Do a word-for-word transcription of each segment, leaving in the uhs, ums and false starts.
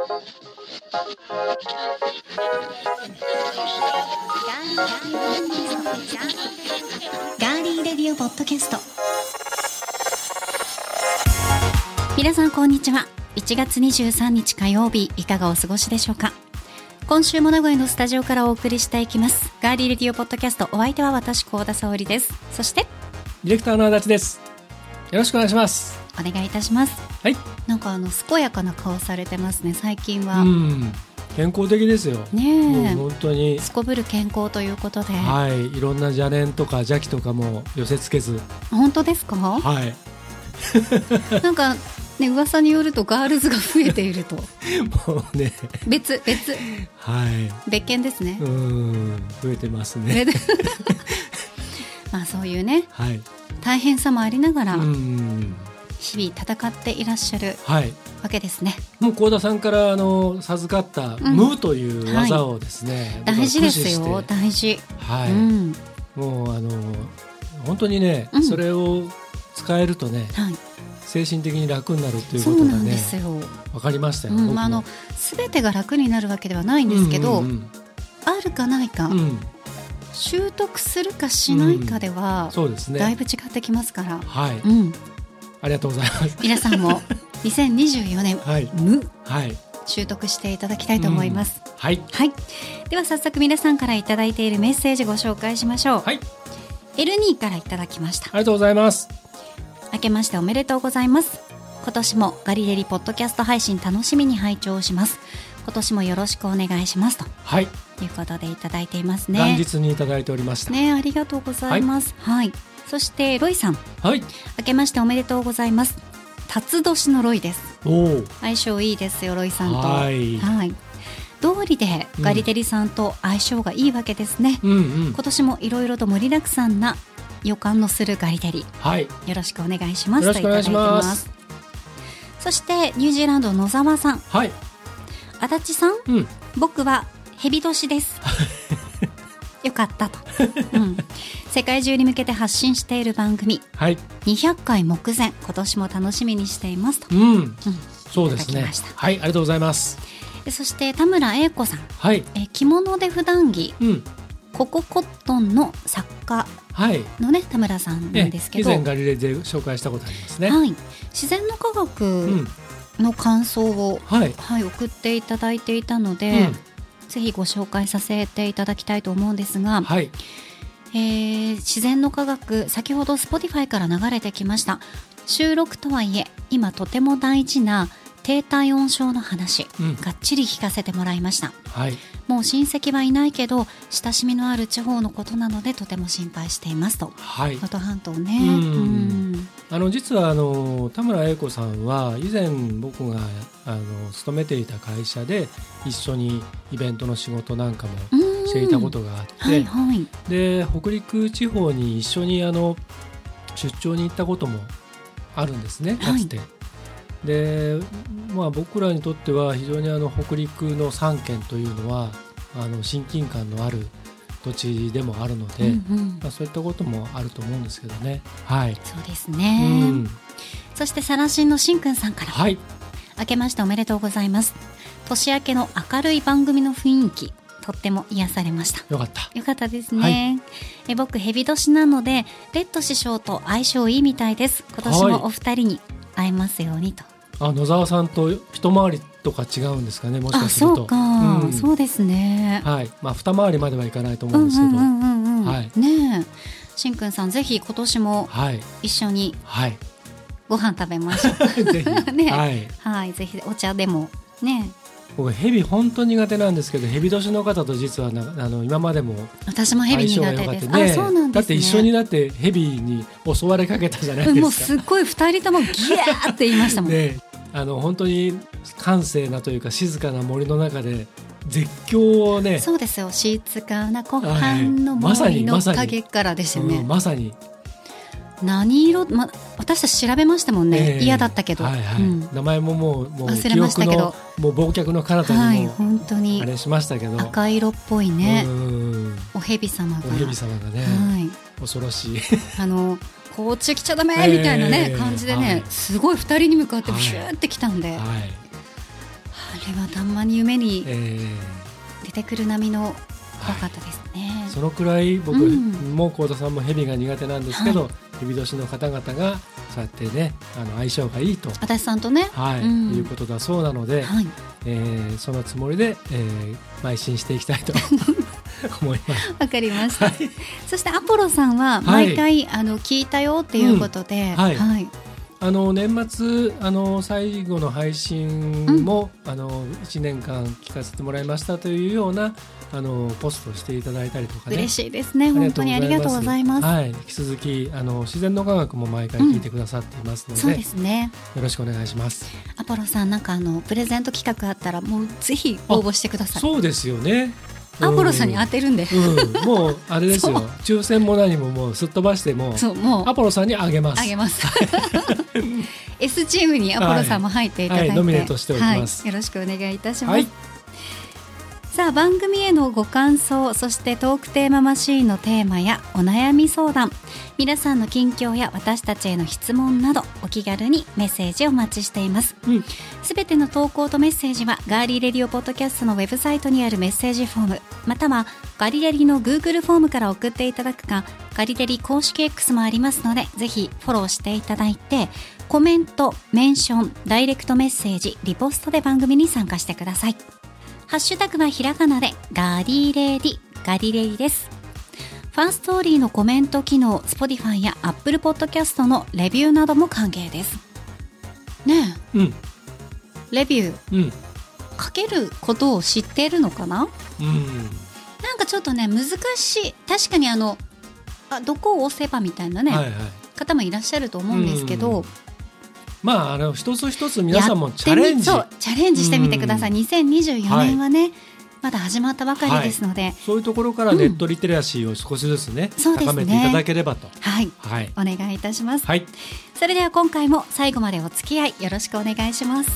ガーリーレディオポッドキャスト。皆さんこんにちは。いちがつにじゅうさんにち火曜日、いかがお過ごしでしょうか。今週も名古屋のスタジオからお送りしていきます。ガーリーレディオポッドキャスト、お相手は私幸田沙織です。そしてディレクターの足立です。よろしくお願いします。 お願いいたします。 はい。 なんかあの健やかな顔されてますね、最近は。 うん、健康的ですよねえ、 もう本当にすこぶる健康ということで、 はい、いろんな邪念とか邪気とかも寄せつけず。 本当ですか。 はいなんかね、噂によるとガールズが増えていると。 もうね、 別別はい別件ですね。 うん、増えてますね。 まあそういうね、 はい、 大変さもありながらうん日々戦っていらっしゃるはいわけですね。 もう幸田さんからあの授かった無という技をですね、 はい、大事ですよ、大事。 はい、うん、もうあの本当にね、うん、それを使えるとね、はい、精神的に楽になるということがね、そうなんですよ。分かりましたよ。 うん、あの全てが楽になるわけではないんですけど、うんうんうん、あるかないか、うん、習得するかしないかでは、うん、そうですね、だいぶ違ってきますから。はい、うん、ありがとうございます。 皆さんもにせんにじゅうよねん、はい、無、 はい、 習得していただきたいと思います。 うん、はい、 はい、では早速皆さんからいただいているメッセージご紹介しましょう。はい、エルニー からいただきました。 ありがとうございます。 明けましておめでとうございます。今年もガリレリポッドキャスト配信楽しみに拝聴します。今年もよろしくお願いしますと、はい、いうことでいただいていますね。 元日にいただいておりましたね。ありがとうございます。はい、はい、そしてロイさん、はい、明けましておめでとうございます。辰年のロイです。お相性いいですよ、ロイさんと。はい、はい、道理でガリレリさんと相性がいいわけですね。うんうん、今年もいろいろと盛りだくさんな予感のするガリレリ、はい、よろしくお願いしますといただいてます。そしてニュージーランド野沢さん、はい、足立さん、うん、僕はヘビ年ですよかったと、うん、世界中に向けて発信している番組、はい、にひゃっかい目前、今年も楽しみにしていますと、うんうん、そうですね。 はい、ありがとうございます。 そして田村英子さん、はい、え着物で普段着、うん、コココットンの作家のね、はい、田村さんなんですけど、 以前ガリレリで紹介したことありますね。 はい、自然の科学の感想を、うん、はいはい、送っていただいていたので、うん、ぜひご紹介させていただきたいと思うんですが、はい、えー、自然の科学、先ほど Spotify から流れてきました。収録とはいえ今とても大事な低体温症の話、うん、がっちり聞かせてもらいました。はい、もう親戚はいないけど親しみのある地方のことなのでとても心配していますと。はい、能登半島ね。うんうんあの実はあの田村英子さんは以前僕があの勤めていた会社で一緒にイベントの仕事なんかもしていたことがあって、はいはい、で北陸地方に一緒にあの出張に行ったこともあるんですね、かつて。はい、でまあ、僕らにとっては非常にあの北陸のさんけんというのはあの親近感のある土地でもあるので、うんうんまあ、そういったこともあると思うんですけどね。はい、 そうですね。うん、そしてサラシンのしんくんさんから、はい、明けましておめでとうございます。年明けの明るい番組の雰囲気とっても癒されました。 よかったよかったですね。はい、え僕ヘビ年なのでレッド師匠と相性いいみたいです。今年もお二人に会えますようにと。 あ、野沢さんと一回りとか違うんですかね、もしかすると。 あ、そうか、うん、そうですね。 はい、まあ、二回りまではいかないと思うんですけど、うんうんうんうん、はい、 ねえ、しんくんさんぜひ今年も一緒にご飯食べましょう、はい、ぜひ、ね、はいはい、ぜひお茶でもね。 僕ヘビ本当に苦手なんですけど、ヘビ年の方と実はなあの今までも私もヘビ苦手です。 ね、 あ、そうなんですね。 だって一緒になってヘビに襲われかけたじゃないですか。 もうすっごい二人ともギャーって言いましたもんね。あの本当に閑静なというか静かな森の中で絶叫をね。 そうですよ、静かな湖畔の森の陰からですよね。 まさに何色、ま、私たち調べましたもんね、えー、嫌だったけど、はいはい、うん、 名前ももう、もう忘れましたけど、 もう忘却の彼方にも、はい、本当にあれしましたけど、 赤色っぽいね、お蛇様がお蛇様がね、はい、恐ろしいあのこっち来ちゃダメみたいなね、えー、感じでね、はい、すごいふたりに向かってビューってきたんで、はいはい、 れはたまに夢に出てくる波の怖かったですね、 はい、そのくらい僕も幸田さんも蛇が苦手なんですけど、はい、蛇年の方々がそうやってねあの相性がいいと私さんとね、 はいうん、いうことだそうなので、はいえー、そのつもりで、えー、邁進していきたいと思います。 わかりました、はい、そしてアポロさんは毎回、はい、あの聞いたよっていうことで、うんはいはい、 あの年末あの最後の配信も、うん、あのいちねんかん聞かせてもらいましたというようなあのポストしていただいたりとかね嬉しいですね本当にありがとうございます、 はい、引き続きあの自然の科学も毎回聞いてくださっていますので、うん、 そうですねよろしくお願いします。 アポロさんなんかあのプレゼント企画あったらもうぜひ応募してください。 そうですよねアポロさんに当てるんで、 うん、もうあれですよ抽選も何ももうすっ飛ばしてもそうもうアポロさんにあげますあげますS チームにアポロさんも入っていただいて、 はいはい、ノミネートしておきます、 はい、よろしくお願いいたします、 はい、 さあ番組へのご感想そしてトークテーママシーンのテーマやお悩み相談皆さんの近況や私たちへの質問などお気軽にメッセージをお待ちしていますすべ、うん、ての投稿とメッセージはガーリーレディオポッドキャストのウェブサイトにあるメッセージフォームまたはガリレディの Google フォームから送っていただくかガリレディ公式 X もありますのでぜひフォローしていただいてコメント、メンション、ダイレクトメッセージ、リポストで番組に参加してください。ハッシュタグはひらがなでガリレディ、ガリレディです。ファーストーリーのコメント機能、Spotify や Apple Podcast のレビューなども歓迎です。ねえ、うん、レビュー、うん、書けることを知っているのかな、うん、なんかちょっとね難しい確かにあのあどこを押せばみたいなね、はいはい、方もいらっしゃると思うんですけど、うんまあ、あの一つ一つ皆さんもチャレンジそうチャレンジしてみてください、うん、にせんにじゅうよねんはね、はい、まだ始まったばかりですので、はい、 そういうところからネットリテラシーを少しずつね、うん、高めていただければと、 はい、はい、お願いいたします、 はい、 それでは今回も最後までお付き合いよろしくお願いします。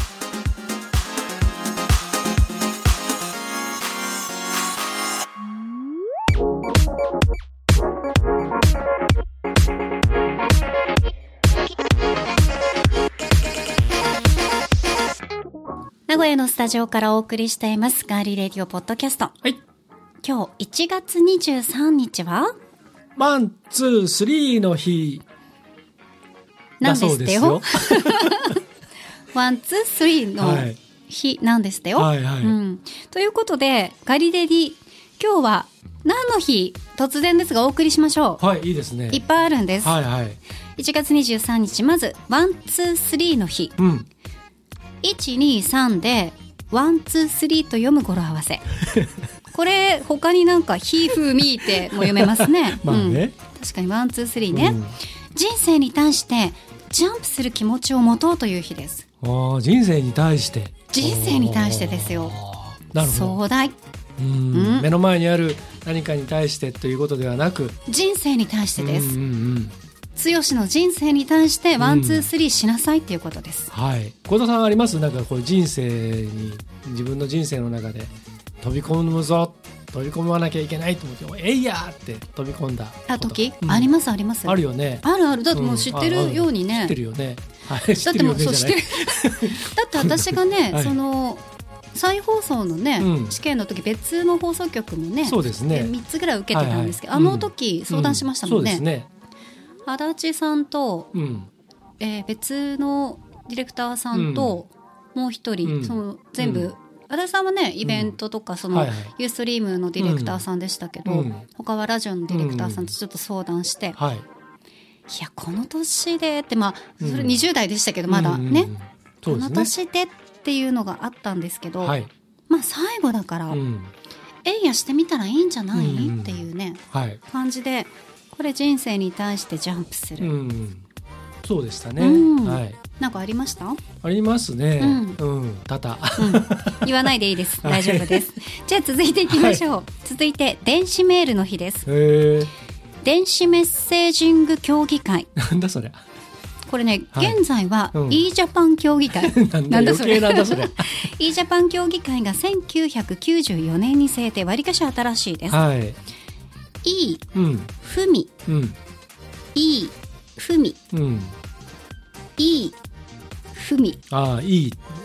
名古屋のスタジオからお送りしていますガーリーレディオポッドキャスト、はい、今日いちがつにじゅうさんにちはワンツースリーの日だそうですよワンツースリーの日なんですってよ、はいはいはいうん、ということでガリレディ今日は何の日突然ですがお送りしましょう。 はいいいですねいっぱいあるんです、 はいはい、 いちがつにじゅうさんにちまずワンツースリーの日、うんいちにさんでワンツースリーと読む語呂合わせこれ他になんかひふみっても読めますねまあね、うん、 確かにワンツースリーね、うん、人生に対してジャンプする気持ちを持とうという日です。 あ人生に対して人生に対してですよ。 なるほど壮大うん、うん、目の前にある何かに対してということではなく人生に対してです。うんうんうん剛の人生に対してワンツースリーしなさいっていうことです、 うん、はい幸田さんありますなんかこう人生に自分の人生の中で飛び込むぞ飛び込まなきゃいけないと思ってえいやーって飛び込んだあ時、うん、ありますありますあるよねあるあるだってもう知ってるようにね、 うん、知ってるよね、 はい、だってもうそう知ってるだって私がね、はい、その再放送のね、うん、試験の時別の放送局もねそうですねみっつぐらい受けてたんですけど、はいはい、あの時相談しましたもんね、うんうん、そうですね足立さんと、うんえー、別のディレクターさんと、うん、もう一人、うん、その全部、うん、足立さんはねイベントとかその、はいはい、ユーストリームのディレクターさんでしたけど、うん、他はラジオのディレクターさんとちょっと相談して、うんはい、いやこの年でってまあそれにじゅう代でしたけどまだね、うんうんこの年でっていうのがあったんですけど、はい、まあ最後だから、うん、えいやしてみたらいいんじゃない、うん、っていうね、はい、感じでこれ人生に対してジャンプする、うん、 そうでしたね、うんはい、 なんかありましたありますね、うんうん、ただ、うん、 言わないでいいです大丈夫ですじゃあ続いていきましょう、はい、続いて電子メールの日です。へ電子メッセージング協議会なんだそれこれね、はい、現在は e ジャパン協議会なんだそれなんだそれ e ジャパン協議会がせんきゅうひゃくきゅうじゅうよねんに制定わりかし新しいです、はいい、うん、ふみ、うん、いい、ふみ、うん、いい、ふみ。 ああ、いい、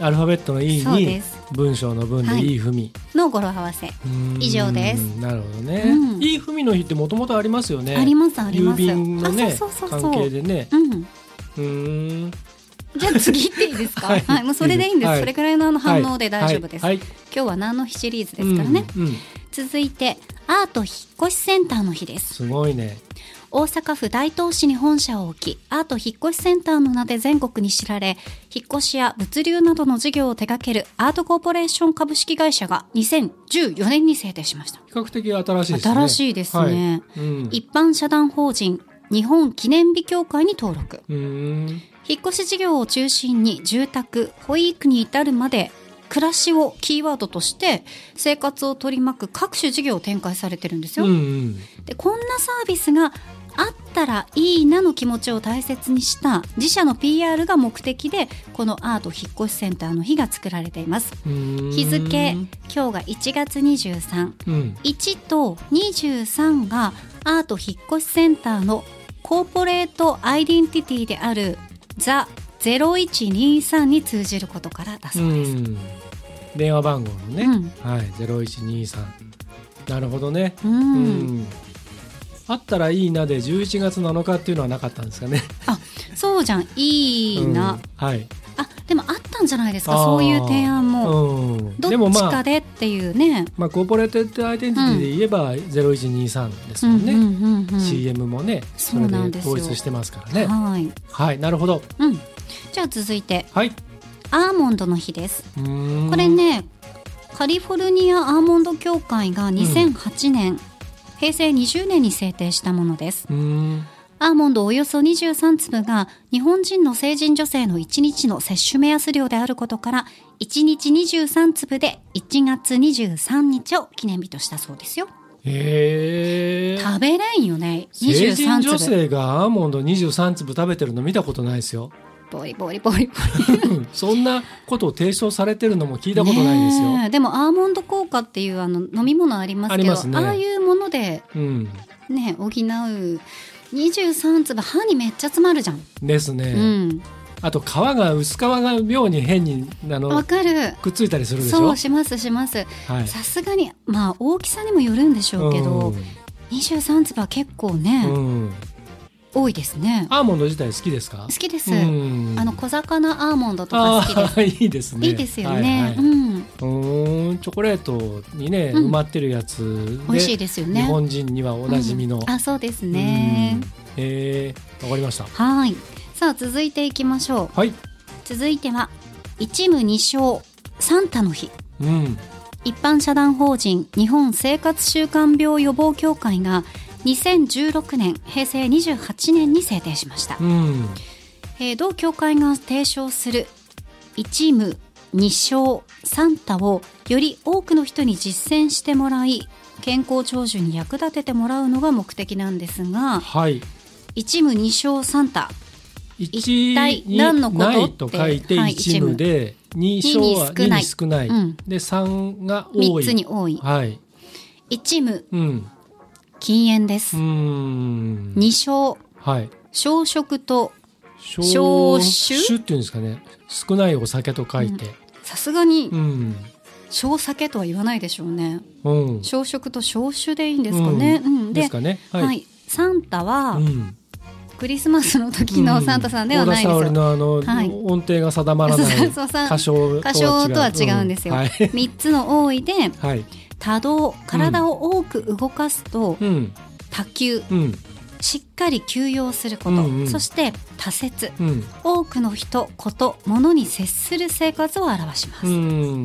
アルファベットの E に文章の文で E ふみの語呂合わせ以上です。 なるほどね、うん、E ふみの日ってもともとありますよね。 ありますあります。 郵便のね関係でね、うん、うーんじゃあ次行っていいですか。はい、はい、もうそれでいいんです、はい、それくらいのあの反応で大丈夫です、はいはい、今日は何の日シリーズですからね、うんうん、続いてアート引っ越しセンターの日です。 すごいね。 大阪府大東市に本社を置き、アート引っ越しセンターの名で全国に知られ、引っ越しや物流などの事業を手掛けるアートコーポレーション株式会社がにせんじゅうよねんに制定しました。 比較的新しいですね。 新しいですね、はい、うん、一般社団法人日本記念日協会に登録。うーん、引っ越し事業を中心に住宅、保育に至るまで暮らしをキーワードとして生活を取り巻く各種事業を展開されてるんですよ、うんうん、でこんなサービスがあったらいいなの気持ちを大切にした自社の ピーアール が目的でこのアート引っ越しセンターの日が作られています。日付今日がいちがつにじゅうさん、うん、いちとにじゅうさんがアート引っ越しセンターのコーポレートアイデンティティであるザゼロいちにさんに通じることからだそうです。うん、 電話番号のね、うん、はい、ゼロいちにさん。なるほどね。うん、うん、あったらいいなでじゅういちがつなのかっていうのはなかったんですかね。 あ、そうじゃん、いいな、うん、 はい。 あ、でもあったんじゃないですか、そういう提案も、うん、どっちかでっていうね。 まあ、コーポレートアイデンティティで言えばゼロいちにさんですもんね、うんうんうんうん、シーエム もねそれで統一してますからね。はい、はい、なるほど、 うん、じゃあ続いて、 はい、 アーモンドの日です。これね、カリフォルニアアーモンド協会がにせんはちねん、うん、へいせいにじゅうねんに制定したものです。うーん、アーモンドおよそにじゅうさんつぶが日本人の成人女性のいちにちの摂取目安量であることからいちにちにじゅうさんつぶでいちがつにじゅうさんにちを記念日としたそうですよ。 へー、 食べれんよね。 にじゅうさんつぶ。成人女性がアーモンドにじゅうさんつぶ食べてるの見たことないですよ。 ボリボリボリボリそんなことを提唱されてるのも聞いたことないですよ。 でもアーモンド効果っていうあの飲み物ありますけど、 ありますね、ああいうもので、うん、ね、補うにじゅうさんつぶ歯にめっちゃ詰まるじゃん。 ですね、うん、あと皮が薄皮が妙に変にあのわかる、 くっついたりするでしょ。 そうしますします。さすがにまあ大きさにもよるんでしょうけど、うん、にじゅうさんつぶは結構ね、うん、多いですね。 アーモンド自体好きですか？ 好きです。あの小魚アーモンドとか好きです。 いいですね。 いいですよね。はいはい、うん。 うん、チョコレートにね、うん、埋まってるやつで、 美味しいですよね。 日本人にはおなじみの。 うん、あ、そうですね。 えー、わかりました。 はい。さあ続いていきましょう。 はい。 続いては一夢二笑サンタの日。うん。一般社団法人日本生活習慣病予防協会がにせんじゅうろくねんへいせいにじゅうはちねんに制定しました。うん、えー、同協会が提唱する一夢二笑サンタをより多くの人に実践してもらい健康長寿に役立ててもらうのが目的なんですが、はい、一夢二笑サンタ一体何のことって、 ないと書いて一夢で、はい、二笑はにに少ない、うん、で三が多い、 みっつに多い、 はい、 一夢、うん、禁煙です。うーん、二笑、はい、小食と小酒っていうんですかね、少ないお酒と書いて、 さすがに、うん、小酒とは言わないでしょうね、うん、小食と小酒でいいんですかね、うんうん、でですかね、はい、はい、サンタは、うん、クリスマスの時のサンタさんではないですよ、うん、 小田沙織のあの、はい、音程が定まらない歌唱歌唱とは違うんですよ、うん、はい、みっつの多いで、はい、多動、体を多く動かすと、うん、多休、うん、しっかり休養すること、うんうん、そして多節、うん、多くの人、こと、物に接する生活を表します、うん、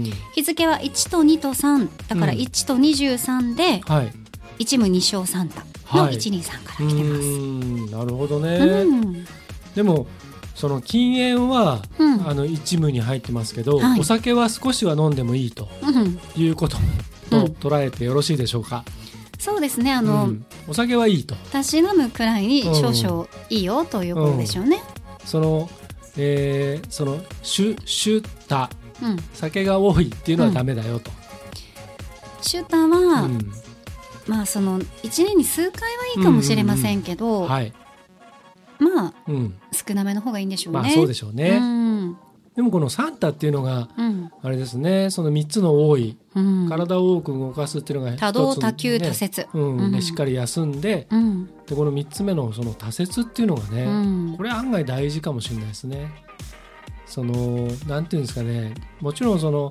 日付はいちとにとさんだからいちとにじゅうさんで、うん、はい、一夢二笑サンタのいちにさんから来てます、はい、うーん、なるほどね、うん、でもその禁煙は、うん、あの一夢に入ってますけど、はい、お酒は少しは飲んでもいいと、うん、いうことと捉えてよろしいでしょうか？ うん、そうですね、あの、うん、 お酒はいいと、 たしなむくらいに少々いいよということでしょうね、 うん、その、えー、そのシュシュタ、うん、酒が多いっていうのはダメだよと、うん、 シュタは、うん、まあそのいちねんに数回はいいかもしれませんけど、うんうんうん、はい、まあ、うん、少なめの方がいいんでしょうね。 まあそうでしょうね、うん、 でもこのサンタっていうのが、うん、あれですね、そのみっつの多い、うん、体を多く動かすっていうのが一つ、ね、 多動多休多節、 うんうん、でしっかり休んで、うん、でこのみっつめのその多節っていうのがね、うん、これ案外大事かもしれないですね。そのなんていうんですかね、もちろんその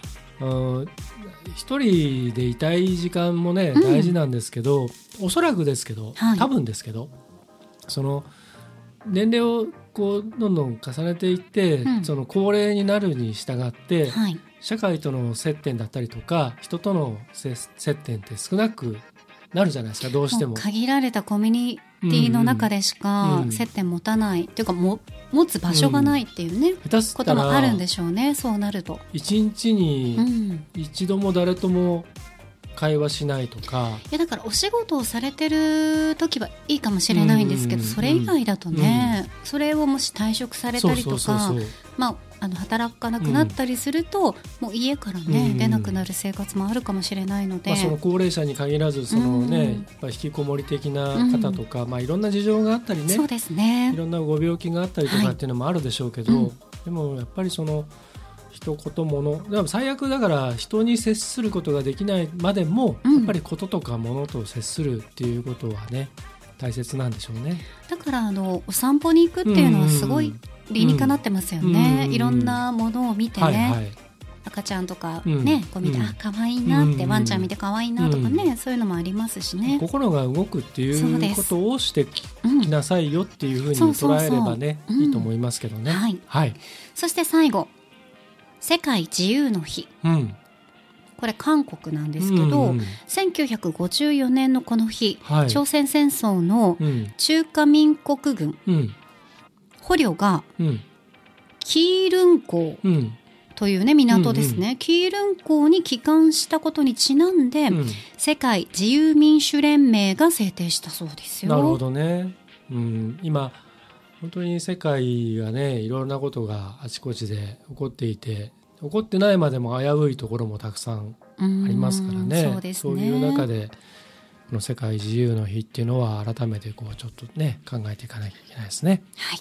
一人でいたい時間もね、うん、大事なんですけど、おそらくですけど、はい、多分ですけど、その年齢をこうどんどん重ねていって、うん、その高齢になるに従って、はい、社会との接点だったりとか人との接点って少なくなるじゃないですか、どうしても。 もう限られたコミュニティの中でしか接点持たない、うんうん、っていうかも持つ場所がないっていうね、うん、こともあるんでしょうね。そうなると一日に一度も誰とも会話しないとか、 いやだからお仕事をされてる時はいいかもしれないんですけど、うんうん、それ以外だとね、うん、それをもし退職されたりとか、まああの働かなくなったりすると、うん、もう家からね、うん、出なくなる生活もあるかもしれないので、 まあ、その高齢者に限らずその、ね、うん、やっぱ引きこもり的な方とか、うん、まあ、いろんな事情があったりね、 そうですね、 いろんなご病気があったりとかっていうのもあるでしょうけど、はい、うん、でもやっぱりその一言もの、でも最悪だから人に接することができないまでも、うん、やっぱりこととかものと接するっていうことはね大切なんでしょうね。 だからあのお散歩に行くっていうのはすごい理にかなってますよね、うん、いろんなものを見てね、はいはい、赤ちゃんとかね、うん、こう見て、うん、あ可愛いなって、うん、ワンちゃん見て可愛いなとかね、うん、そういうのもありますしね。 心が動くっていうことをしてきなさいよっていうふうに捉えればね、いいと思いますけどね、 はいはい、 そして最後世界自由の日、うん、これ韓国なんですけど、うんうん、せんきゅうひゃくごじゅうよねんのこの日、はい、朝鮮戦争の中華民国軍、うん、捕虜が、うん、キールン港という、ね、港ですね、うんうん、キールン港に帰還したことにちなんで、うん、世界自由民主連盟が制定したそうですよ。 なるほどね、うん、今本当に世界がね、いろんなことがあちこちで起こっていて、起こってないまでも危ういところもたくさんありますからね。 そうですね。 そういう中でこの世界自由の日っていうのは改めてこうちょっとね考えていかなきゃいけないですね。 はい。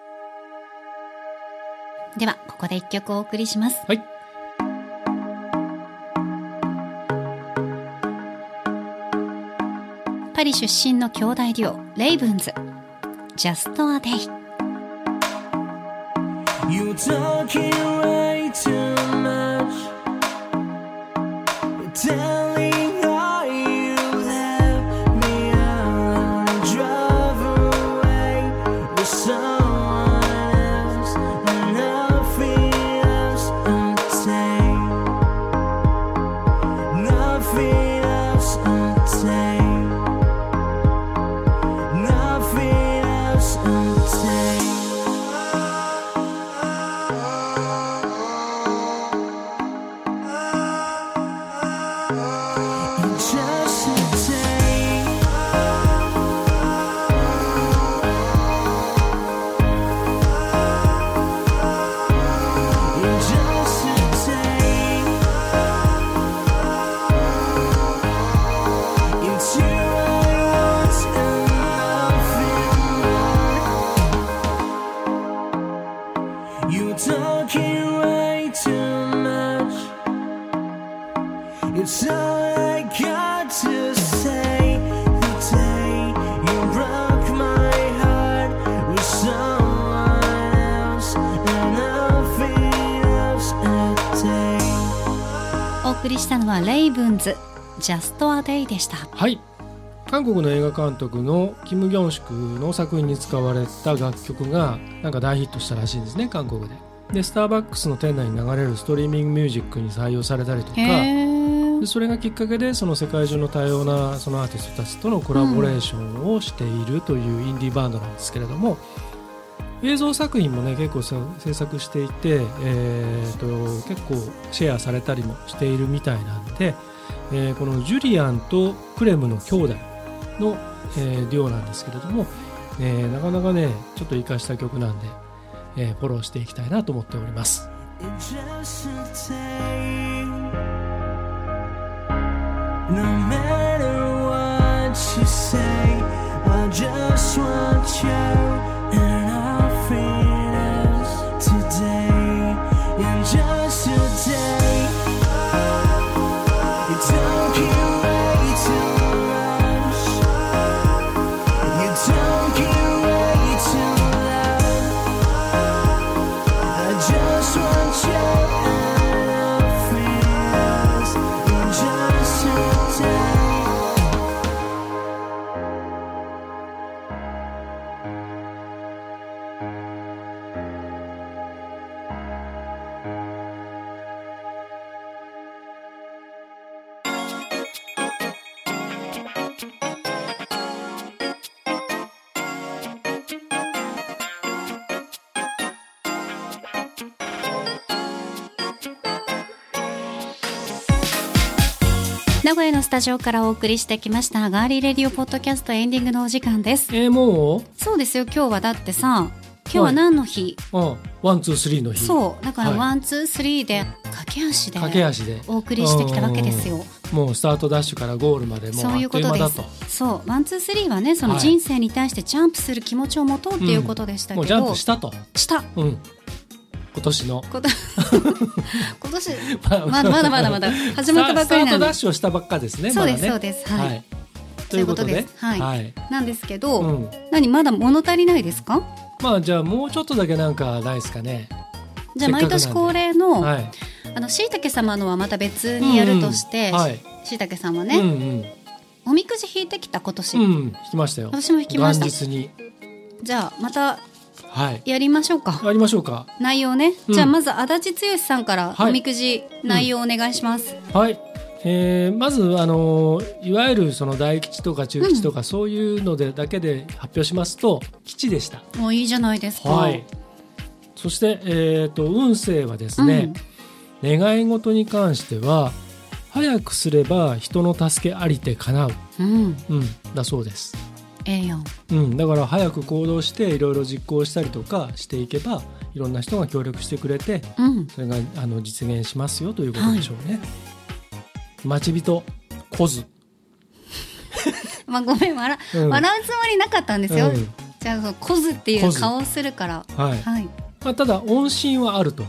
ではここで一曲お送りします。 はい。 パリ出身の兄弟デュオレイブンズ、Just a Day。 You're talking way too much, telling how you left me alone and drove away with someone else, and nothing else untamed, nothing else untamed, nothing else untamed. You're talking way too much. It's all I got to say. The day you broke my heart with someone else, and nothing else a day. お送りしたのはレイブンズ Just a Day でした。 はい。韓国の映画監督のキム・ギョンシクの作品に使われた楽曲がなんか大ヒットしたらしいんですね、韓国で。でスターバックスの店内に流れるストリーミングミュージックに採用されたりとか、でそれがきっかけでその世界中の多様なそのアーティストたちとのコラボレーションをしているというインディーバンドなんですけれども、映像作品もね結構制作していて、えー、と結構シェアされたりもしているみたいなんで、えー、このジュリアンとクレムの兄弟の、えー、デュオなんですけれども、えー、なかなかねちょっと活かした曲なんで、えー、フォローしていきたいなと思っております。 No matter what you say, I just want you and nothing else today. 名古屋のスタジオからお送りしてきましたガーリーレディオポッドキャストエンディングのお時間です。 えー、もうそうですよ。今日はだってさ、今日は何の日？ あ、ワンツースリーの日。 そうだから、 はい、 ワンツースリーで駆け足で駆け足でお送りしてきたわけですよ。 もうスタートダッシュからゴールまでもうあっという間だと。 そう、ワンツースリーはね、その人生に対してジャンプする気持ちを持とうっていうことでしたけど、 うん、もうジャンプしたとした、 うん、今年の今年まだまだまだまだ始まったばっかりなんで、 スタートダッシュをしたばっかですね。 そうです、 まだね、 そうです、はい、はい、 ということで、 はいはい、なんですけど、 うん、 何まだ物足りないですか？ まあじゃあもうちょっとだけなんかないですかね。 じゃあ毎年恒例の、はい、あのしいたけ様のはまた別にやるとして、しいたけさんはね、うんうん、おみくじ引いてきた今年。 うん、引きましたよ。 私も引きました。 元日に。 じゃあまたやりましょうか。 やりましょうか。 内容ね、うん、じゃあまず足立剛さんからおみくじ内容お願いします。 うん、はい、えー、まずあのいわゆるその大吉とか中吉とか、うん、そういうのでだけで発表しますと吉でした。 もういいじゃないですか。 はい、そして、えー、と運勢はですね、うん、願い事に関しては早くすれば人の助けありて叶う、うんうん、だそうです。 ええやん、 うん、だから早く行動していろいろ実行したりとかしていけばいろんな人が協力してくれて、うん、それがあの実現しますよということでしょうね。はい、待ち人小津まあごめん、笑、うん、笑うつもりなかったんですよ。うん、じゃあその小津っていう顔をするから、 はいはい、まあ、ただ音信はあると。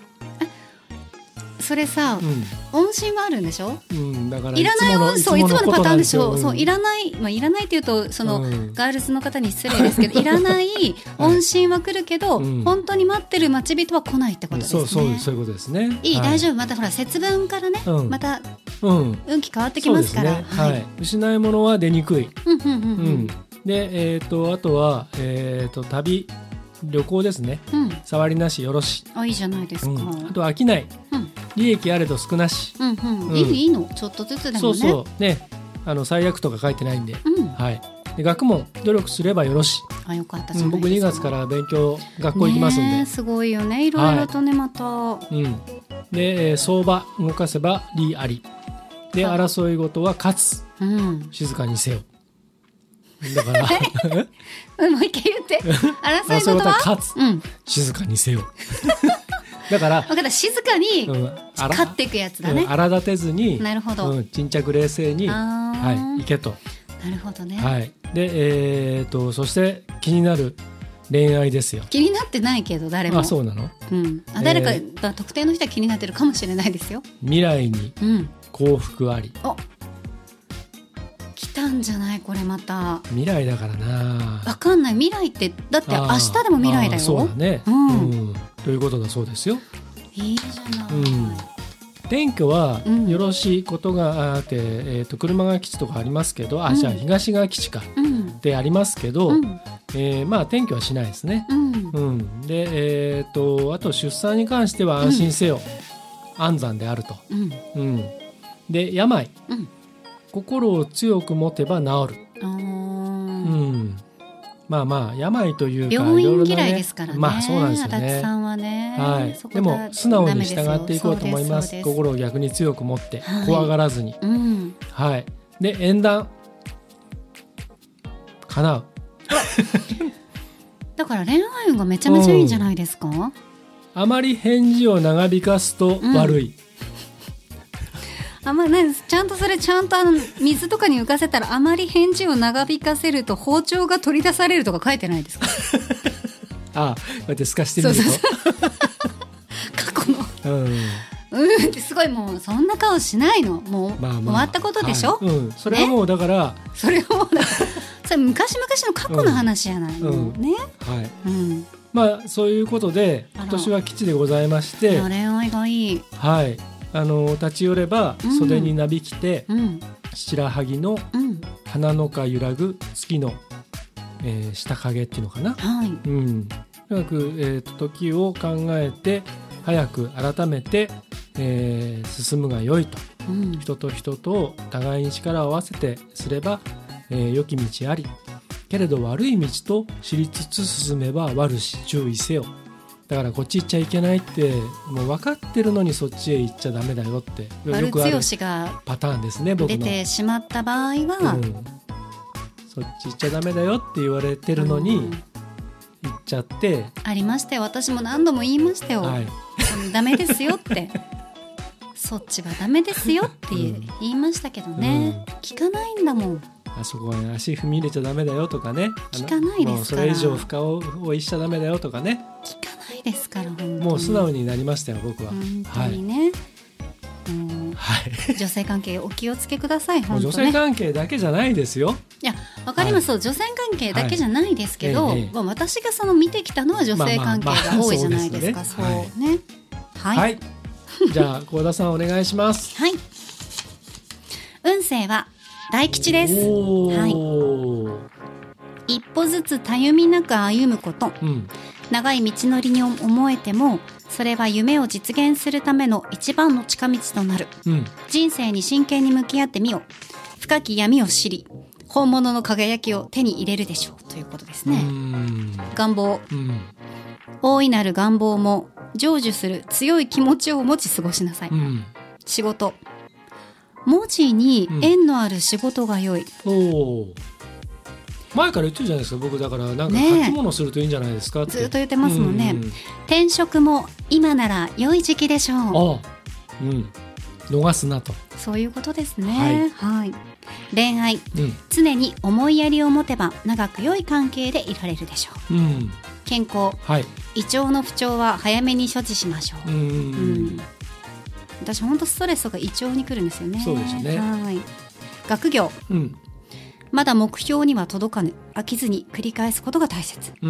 それさ、うん、音信はあるんでしょ、うん、 だからいらない音、そういつものパターンでしょ、 うん、 そういらない、まあ、いらないっていうとその、うん、ガールズの方に失礼ですけどいらない音信は来るけど、はい、本当に待ってる待ち人は来ないってことですね。 そうそうそういうことですね。 いい、はい、大丈夫。またほら節分からね、うん、また、うん、運気変わってきますから、ね、 はいはい、失い物は出にくい、うんうんうんうん、で、えー、とあとは、えー、と旅旅行ですね、うん、触りなしよろし。 あ、いいじゃないですか。うん、 あと飽きない、うん、利益あれど少なし、うんうんうん、いいいいの、ちょっとずつでもね。 そうそうね、あの最悪とか書いてないんで、うん、はい、で学問努力すればよろし。 あ、よかったじゃないですか。 僕にがつから勉強学校行きますんで、 ね、すごいよね、いろいろとね、はい、また、うん、 で相場動かせば利ありで、争い事は勝つ、うん、静かにせよ。だからもう一回言って。争い事は勝つ、うん、静かにせよ。だから分かった、静かに勝っていくやつだね。 うん、荒立てずに、 なるほど、 うん、沈着冷静に、はい、いけと。 なるほどね。 はい、で、えー、とそして気になる恋愛ですよ。 気になってないけど誰も。 あ、そうなの、 うん、あ、誰か、えー、特定の人は気になってるかもしれないですよ。 未来に幸福あり、うん、お、 来たんじゃないこれまた。 未来だからな。 分かんない、未来ってだって明日でも未来だよ。 そうだね、うんうん、ということだそうですよ。 いいじゃない、うん、 天気はよろしいことがあって、うん、えー、と車が基地とかありますけど、あ、うん、じゃあ東が基地か、うん、でありますけど、うん、えー、まあ天気はしないですね、うんうん、で、えー、とあと出産に関しては安心せよ、うん、安産であると、うんうん、で病、うん、心を強く持てば治る。あ、うん、まあまあ病というか病院嫌いですからね。 まあそうなんですよね。 足立さんはね、 はい、でも素直に従っていこうと思います。心を逆に強く持って、はい、怖がらずに、うん、はい、で縁談叶う。 だから恋愛運がめちゃめちゃいいんじゃないですか、うん、 あまり返事を長引かすと悪い、 うん、あんまね、ちゃんとそれちゃんとあの水とかに浮かせたらあまり返事を長引かせると包丁が取り出されるとか書いてないですか？ ああ、こうやって透かしてみると、そうそうそう過去の、うんうんってすごい、もうそんな顔しないの、もう、まあまあ、終わったことでしょ、はい、うん、 それはもうだから、ね、 それはもうだからそれ昔々の過去の話じゃない、うん、もうね、 はい、うん、まあそういうことで今年は基地でございまして、 恋愛がいい、 はい、あの立ち寄れば袖になびきて、うん、白萩の花の花揺らぐ月の、えー、下影っていうのかな、はい、うん、とにかく、えーと、時を考えて早く改めて、えー、進むが良いと、うん、人と人と互いに力を合わせてすれば、えー、良き道ありけれど悪い道と知りつつ進めば悪し注意せよだからこっち行っちゃいけないってもう分かってるのにそっちへ行っちゃダメだよってよくあるパターンですね。僕の出てしまった場合は、うん、 そっち行っちゃダメだよって言われてるのに、うん、行っちゃってありましたよ。私も何度も言いましたよ、はい、ダメですよってそっちはダメですよって言いましたけどね、うん、聞かないんだもん。 あそこは足踏み入れちゃダメだよとかね、 聞かないですから。もうそれ以上深追いしちゃダメだよとかね、 聞かないですから。本当にもう素直になりましたよ僕は。 本当にね、はい、女性関係お気をつけください。本当ね、 女性関係だけじゃないですよ。 いやわかります、はい、女性関係だけじゃないですけど、はいええ、私がその見てきたのは女性関係が多いじゃないですか。そうね、はい、はい、 じゃあ幸田さんお願いします。 はい、運勢は大吉です。はい、一歩ずつたゆみなく歩むこと、うん、長い道のりに思えてもそれは夢を実現するための一番の近道となる、うん、人生に真剣に向き合ってみよう。深き闇を知り本物の輝きを手に入れるでしょうということですね。うん、願望、うん、大いなる願望も成就する強い気持ちを持ち過ごしなさい、うん、仕事、文字に縁のある仕事が良い、 うん、お前から言ってるじゃないですか。僕だからなんか書き物するといいんじゃないですかって、 ね、ずっと言ってますもんね、うんうん、転職も今なら良い時期でしょう。ああ、 うん、逃すなと、 そういうことですね。はい、はい、恋愛、うん、常に思いやりを持てば長く良い関係でいられるでしょう、うん、健康、はい、胃腸の不調は早めに処置しましょう。うん、うん、私本当ストレスが胃腸に来るんですよね。 そうですね。 はい、学業、うん、まだ目標には届かぬ、飽きずに繰り返すことが大切、うん、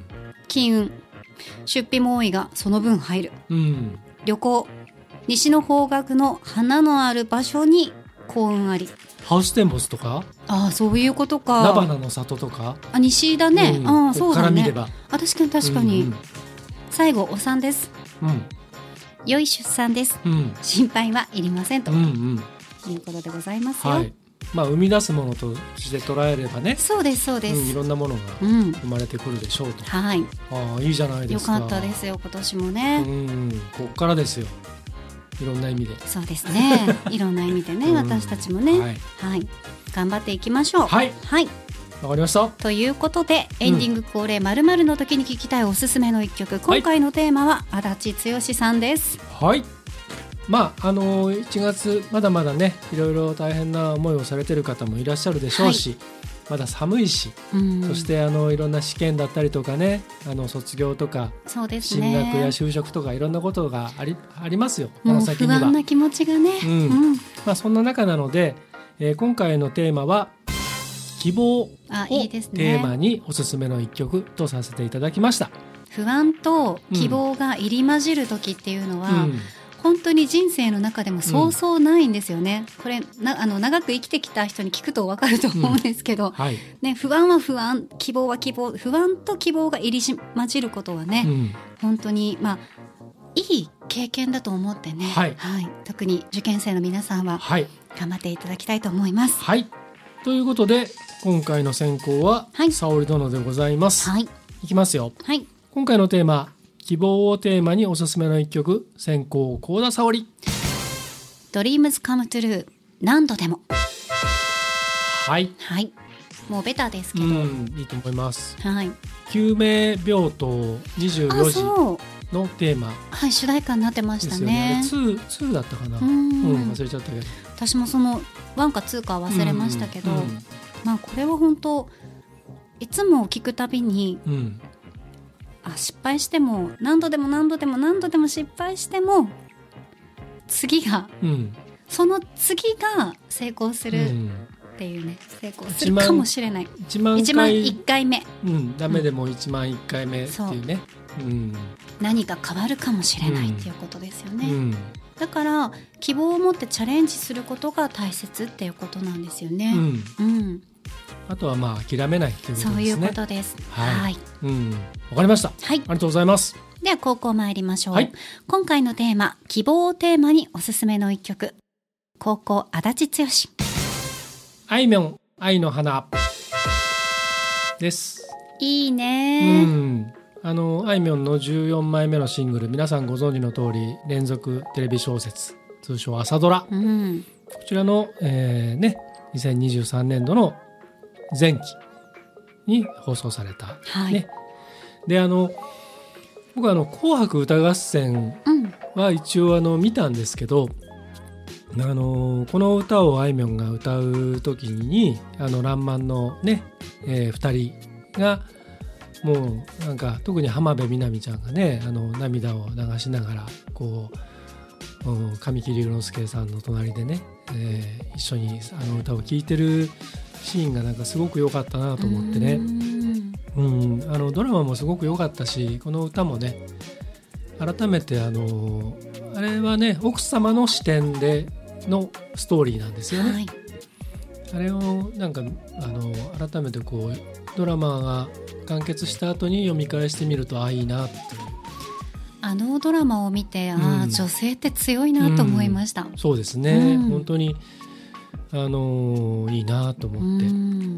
金運、出費も多いがその分入る、うん、旅行、西の方角の花のある場所に幸運あり。 ハウステンボスとか、 ああ、そういうことか。 菜花の里とか、 あ、西だね、うん、あ、そうだね、ここから見れば。あ、確かに確かに、うんうん、最後お産です、うん、良い出産です、うん、心配はいりませんと、うんうん、いうことでございますよ。はい、 まあ、生み出すものとして捉えればね、 そうですそうです、 うん、いろんなものが生まれてくるでしょうと、うん、はい、ああ、いいじゃないですか。 よかったですよ今年もね。 うん、こっからですよ、いろんな意味で。 そうですねいろんな意味でね、うん、私たちもね、はい、はい、頑張っていきましょう。はい、はい、 わかりました。 ということでエンディング恒例〇〇の時に聴きたいおすすめの一曲、うん、今回のテーマは足立剛さんです。はい、 まああのいちがつまだまだね、いろいろ大変な思いをされている方もいらっしゃるでしょうし、はい、まだ寒いし、うん、そしてあのいろんな試験だったりとかね、あの卒業とか、そうですね、進学や就職とかいろんなことがあり、ありますよ、この先には。 不安な気持ちがね、うんうん、 まあ、そんな中なので、えー、今回のテーマは希望をテーマにおすすめの一曲とさせていただきました。 不安と希望が入り混じる時っていうのは、うん、本当に人生の中でもそうそうないんですよね、うん、これなあの長く生きてきた人に聞くと分かると思うんですけど、うん、はい、ね、不安は不安、希望は希望、不安と希望が入り混じることはね、うん、本当に、まあ、いい経験だと思ってね、はいはい、特に受験生の皆さんは頑張っていただきたいと思います。 はい、ということで今回の選考は、はい、沙織殿でございます。はい、いきますよ。はい、今回のテーマ、希望をテーマにおすすめの一曲、先行幸田沙織。 ドリームズカムトゥルー、何度でも。 はい、 はい、もうベタですけど、うん、 いいと思います。はい、救命病棟にじゅうよじのテーマ、 はい、主題歌になってましたね。 ツー、ツーだったかな、うん、うん、忘れちゃったけど、 私もそのワンかツーか忘れましたけど、うんうん、まあ、これは本当いつも聞くたびに、うん、あ、失敗しても何度でも何度でも何度でも失敗しても次が、うん、その次が成功するっていうね、うん、成功するかもしれない。 いちまんいっかいめ、 うん、ダメでもいちまんいっかいめっていうね、うん、 何か変わるかもしれないっていうことですよね、うん、だから希望を持ってチャレンジすることが大切っていうことなんですよね、うんうん、 あとはまあ諦めないっていうことですね。 そういうことです。はい、はい、 うん、わかりました、はい、ありがとうございます。 では高校参りましょう、はい、今回のテーマ、希望をテーマにおすすめの一曲、高校足立剛、 あいみょん、愛の花です。 いいね、うん、 あのあいみょんのじゅうよんまいめのシングル、皆さんご存知の通り連続テレビ小説、通称朝ドラ、うん、こちらの、えーね、にせんにじゅうさんねんどの前期に放送された、はいね、であの僕はあの紅白歌合戦は一応あの見たんですけど、うん、あのこの歌をあいみょんが歌う時にあのらんまんのね、えー、ふたりがもうなんか特に浜辺美波ちゃんがね、あの涙を流しながらこう、うん、神木隆之介さんの隣でね、えー、一緒にあの歌を聴いてるシーンがなんかすごく良かったなと思ってね、うん、あのドラマもすごく良かったし、この歌もね改めてあのあれはね奥様の視点でのストーリーなんですよね、はい、あれをなんかあの改めてこうドラマが完結した後に読み返してみると、あいいなっていう、 あのドラマを見て、うん、あ女性って強いなと思いました、 うん、そうですね、うん、本当にあのいいなと思って、うん、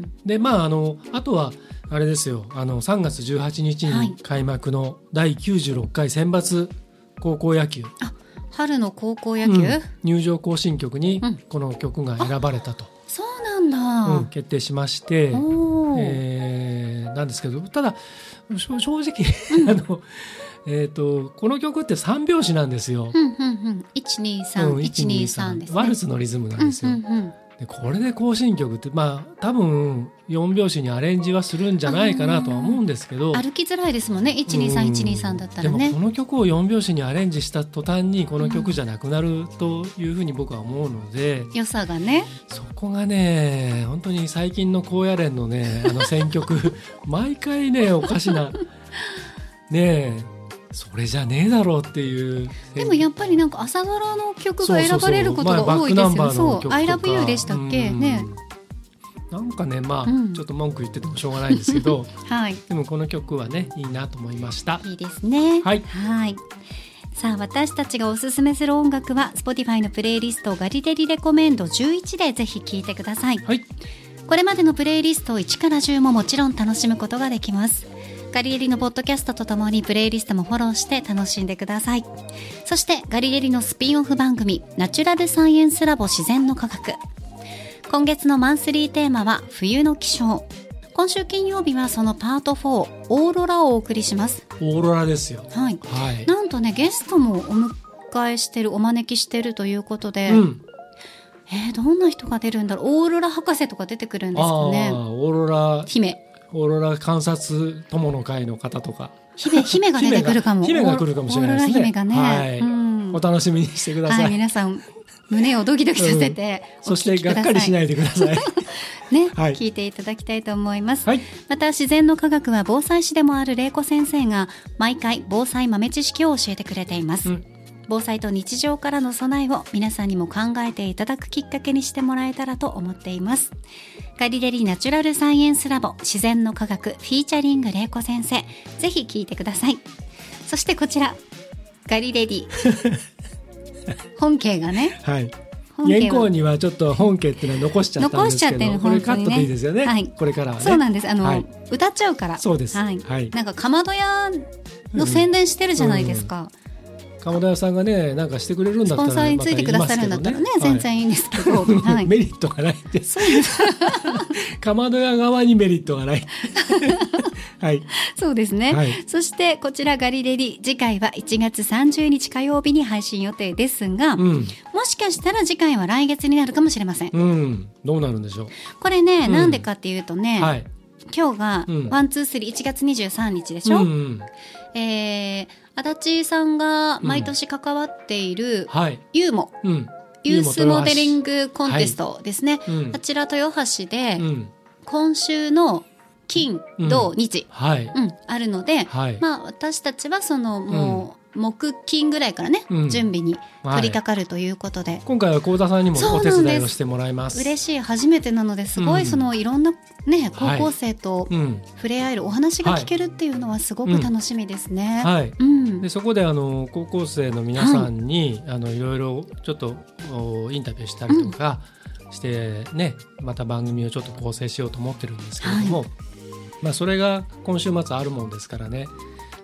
でまああのあとはあれですよ、あのさんがつじゅうはちにちに開幕のだいきゅうじゅうろっかい選抜高校野球、うん、 あ春の高校野球、うん、 入場行進曲にこの曲が選ばれたと、うん、 そうなんだ、 うん、決定しまして、えー、なんですけど、ただ正直、うん、あのえー、とこの曲ってさんびょうしなんですよ、 うんうんうん、いちにさん、いちにさんですね、 ワルツのリズムなんですよ、うんうんうん、でこれで行進曲ってまあ多分よんびょうしにアレンジはするんじゃないかなとは思うんですけど、 歩きづらいですもんね、いちにさん、いちにさんだったらね。 でもこの曲をよんびょうしにアレンジした途端にこの曲じゃなくなるというふうに僕は思うので、 うん、良さがね、 そこがね本当に最近の高野連のねあの選曲毎回ねおかしなねえそれじゃねえだろうっていう。 でもやっぱりなんか朝ドラの曲が選ばれることが多いですよね。そう、I love you でしたっけね。 なんかねまあ、うん、ちょっと文句言っててもしょうがないんですけど、はい、でもこの曲はねいいなと思いました。 いいですね。はい。はい。さあ私たちがおすすめする音楽は Spotify のプレイリストガリレリレコメンドじゅういちでぜひ聴いてください。はい。これまでのプレイリストをいちからじゅうももちろん楽しむことができます。ガリレリのポッドキャストとともにプレイリストもフォローして楽しんでください。そしてガリレリのスピンオフ番組ナチュラルサイエンスラボ自然の科学、今月のマンスリーテーマは冬の気象。今週金曜日はそのパートフォーオーロラをお送りします。 オーロラですよ、 はいはい、なんとねゲストもお迎えしてるお招きしてるということで、うん、えー、どんな人が出るんだろう。オーロラ博士とか出てくるんですかね。 あオーロラ姫、 オーロラ観察友の会の方とか姫, 姫が出てくるかも。 姫 が, 姫が来るかもしれないですね。 オーロラ姫がね、 はいうん、お楽しみにしてください、 はい、皆さん胸をドキドキさせて、 うん、そしてがっかりしないでくださいね、はい、聞いていただきたいと思います、はい、また自然の科学は防災士でもある玲子先生が毎回防災豆知識を教えてくれています、うん、防災と日常からの備えを皆さんにも考えていただくきっかけにしてもらえたらと思っています。ガリレリナチュラルサイエンスラボ自然の科学フィーチャリング玲子先生、ぜひ聞いてください。そしてこちらガリレリ本家がね、 はい、原稿にはちょっと本家っていうのは残しちゃったんですけど、残しちゃってる、これカットでいいですよね、はい、これからはね。 そうなんです、あの、はい、歌っちゃうから。 そうです、はいはい、なんかかまど屋の宣伝してるじゃないですか、 うん、鎌田屋さんがねなんかしてくれるんだったら、 スポンサーについてくださるんだったらね、全然いいんですけど、 はい、メリットがないって。そうです鎌田屋側にメリットがないはい、 そうですね、はい、そしてこちらガリレリ次回はいちがつさんじゅうにち火曜日に配信予定ですが、うん、もしかしたら次回は来月になるかもしれません、 うん、どうなるんでしょうこれね、うん、なんでかっていうとね、はい、今日がワンツースリーいちがつにじゅうさんにちでしょ、うんうん、えー、足立さんが毎年関わっているユーモ、うん、ユースモデリングコンテストですね、はい、うん、あちら豊橋で、うん、今週の金土日、うんはいうん、あるので、はい、まあ、私たちはそのもう、うん、木金ぐらいからね、うん、準備に取り掛かるということで、はい、 今回は幸田さんにもお手伝いをしてもらいます。 嬉しい、初めてなのですごい、そのいろんな、ね、高校生と触れ合える、はい、お話が聞けるっていうのはすごく楽しみですね、はいうん、 でそこであの高校生の皆さんに、はい、あのいろいろちょっとインタビューしたりとかしてね、うん、また番組をちょっと構成しようと思ってるんですけれども、はい、まあ、それが今週末あるもんですからね、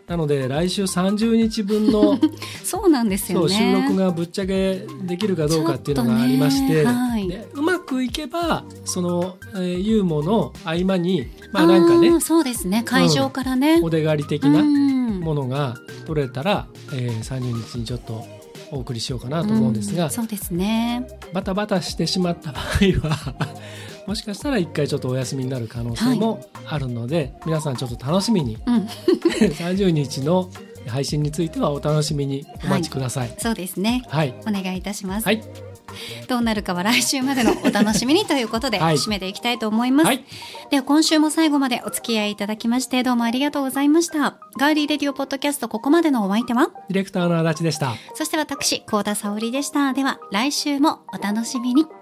なので来週さんじゅうにちぶんのそうなんですよね。 そう収録がぶっちゃけできるかどうかっていうのがありまして、ねはい、でうまくいけばその、えー、ユーモの合間にまあなんかねそうですね会場からね、 うん、お出狩り的なものが取れたら、えー、さんじゅうにちにちょっとお送りしようかなと思うんですが、うん、 そうですねバタバタしてしまった場合はもしかしたら一回ちょっとお休みになる可能性もあるので、はい、皆さんちょっと楽しみに、うん、さんじゅうにちの配信についてはお楽しみにお待ちください、 はい、そうですね、はい、お願いいたします、 はい、 どうなるかは来週までのお楽しみにということで、はい、締めていきたいと思います、はい、では今週も最後までお付き合いいただきましてどうもありがとうございました。ガーリーレディオポッドキャスト、ここまでのお相手はディレクターの足立でした。 そして私幸田沙織でした。では来週もお楽しみに。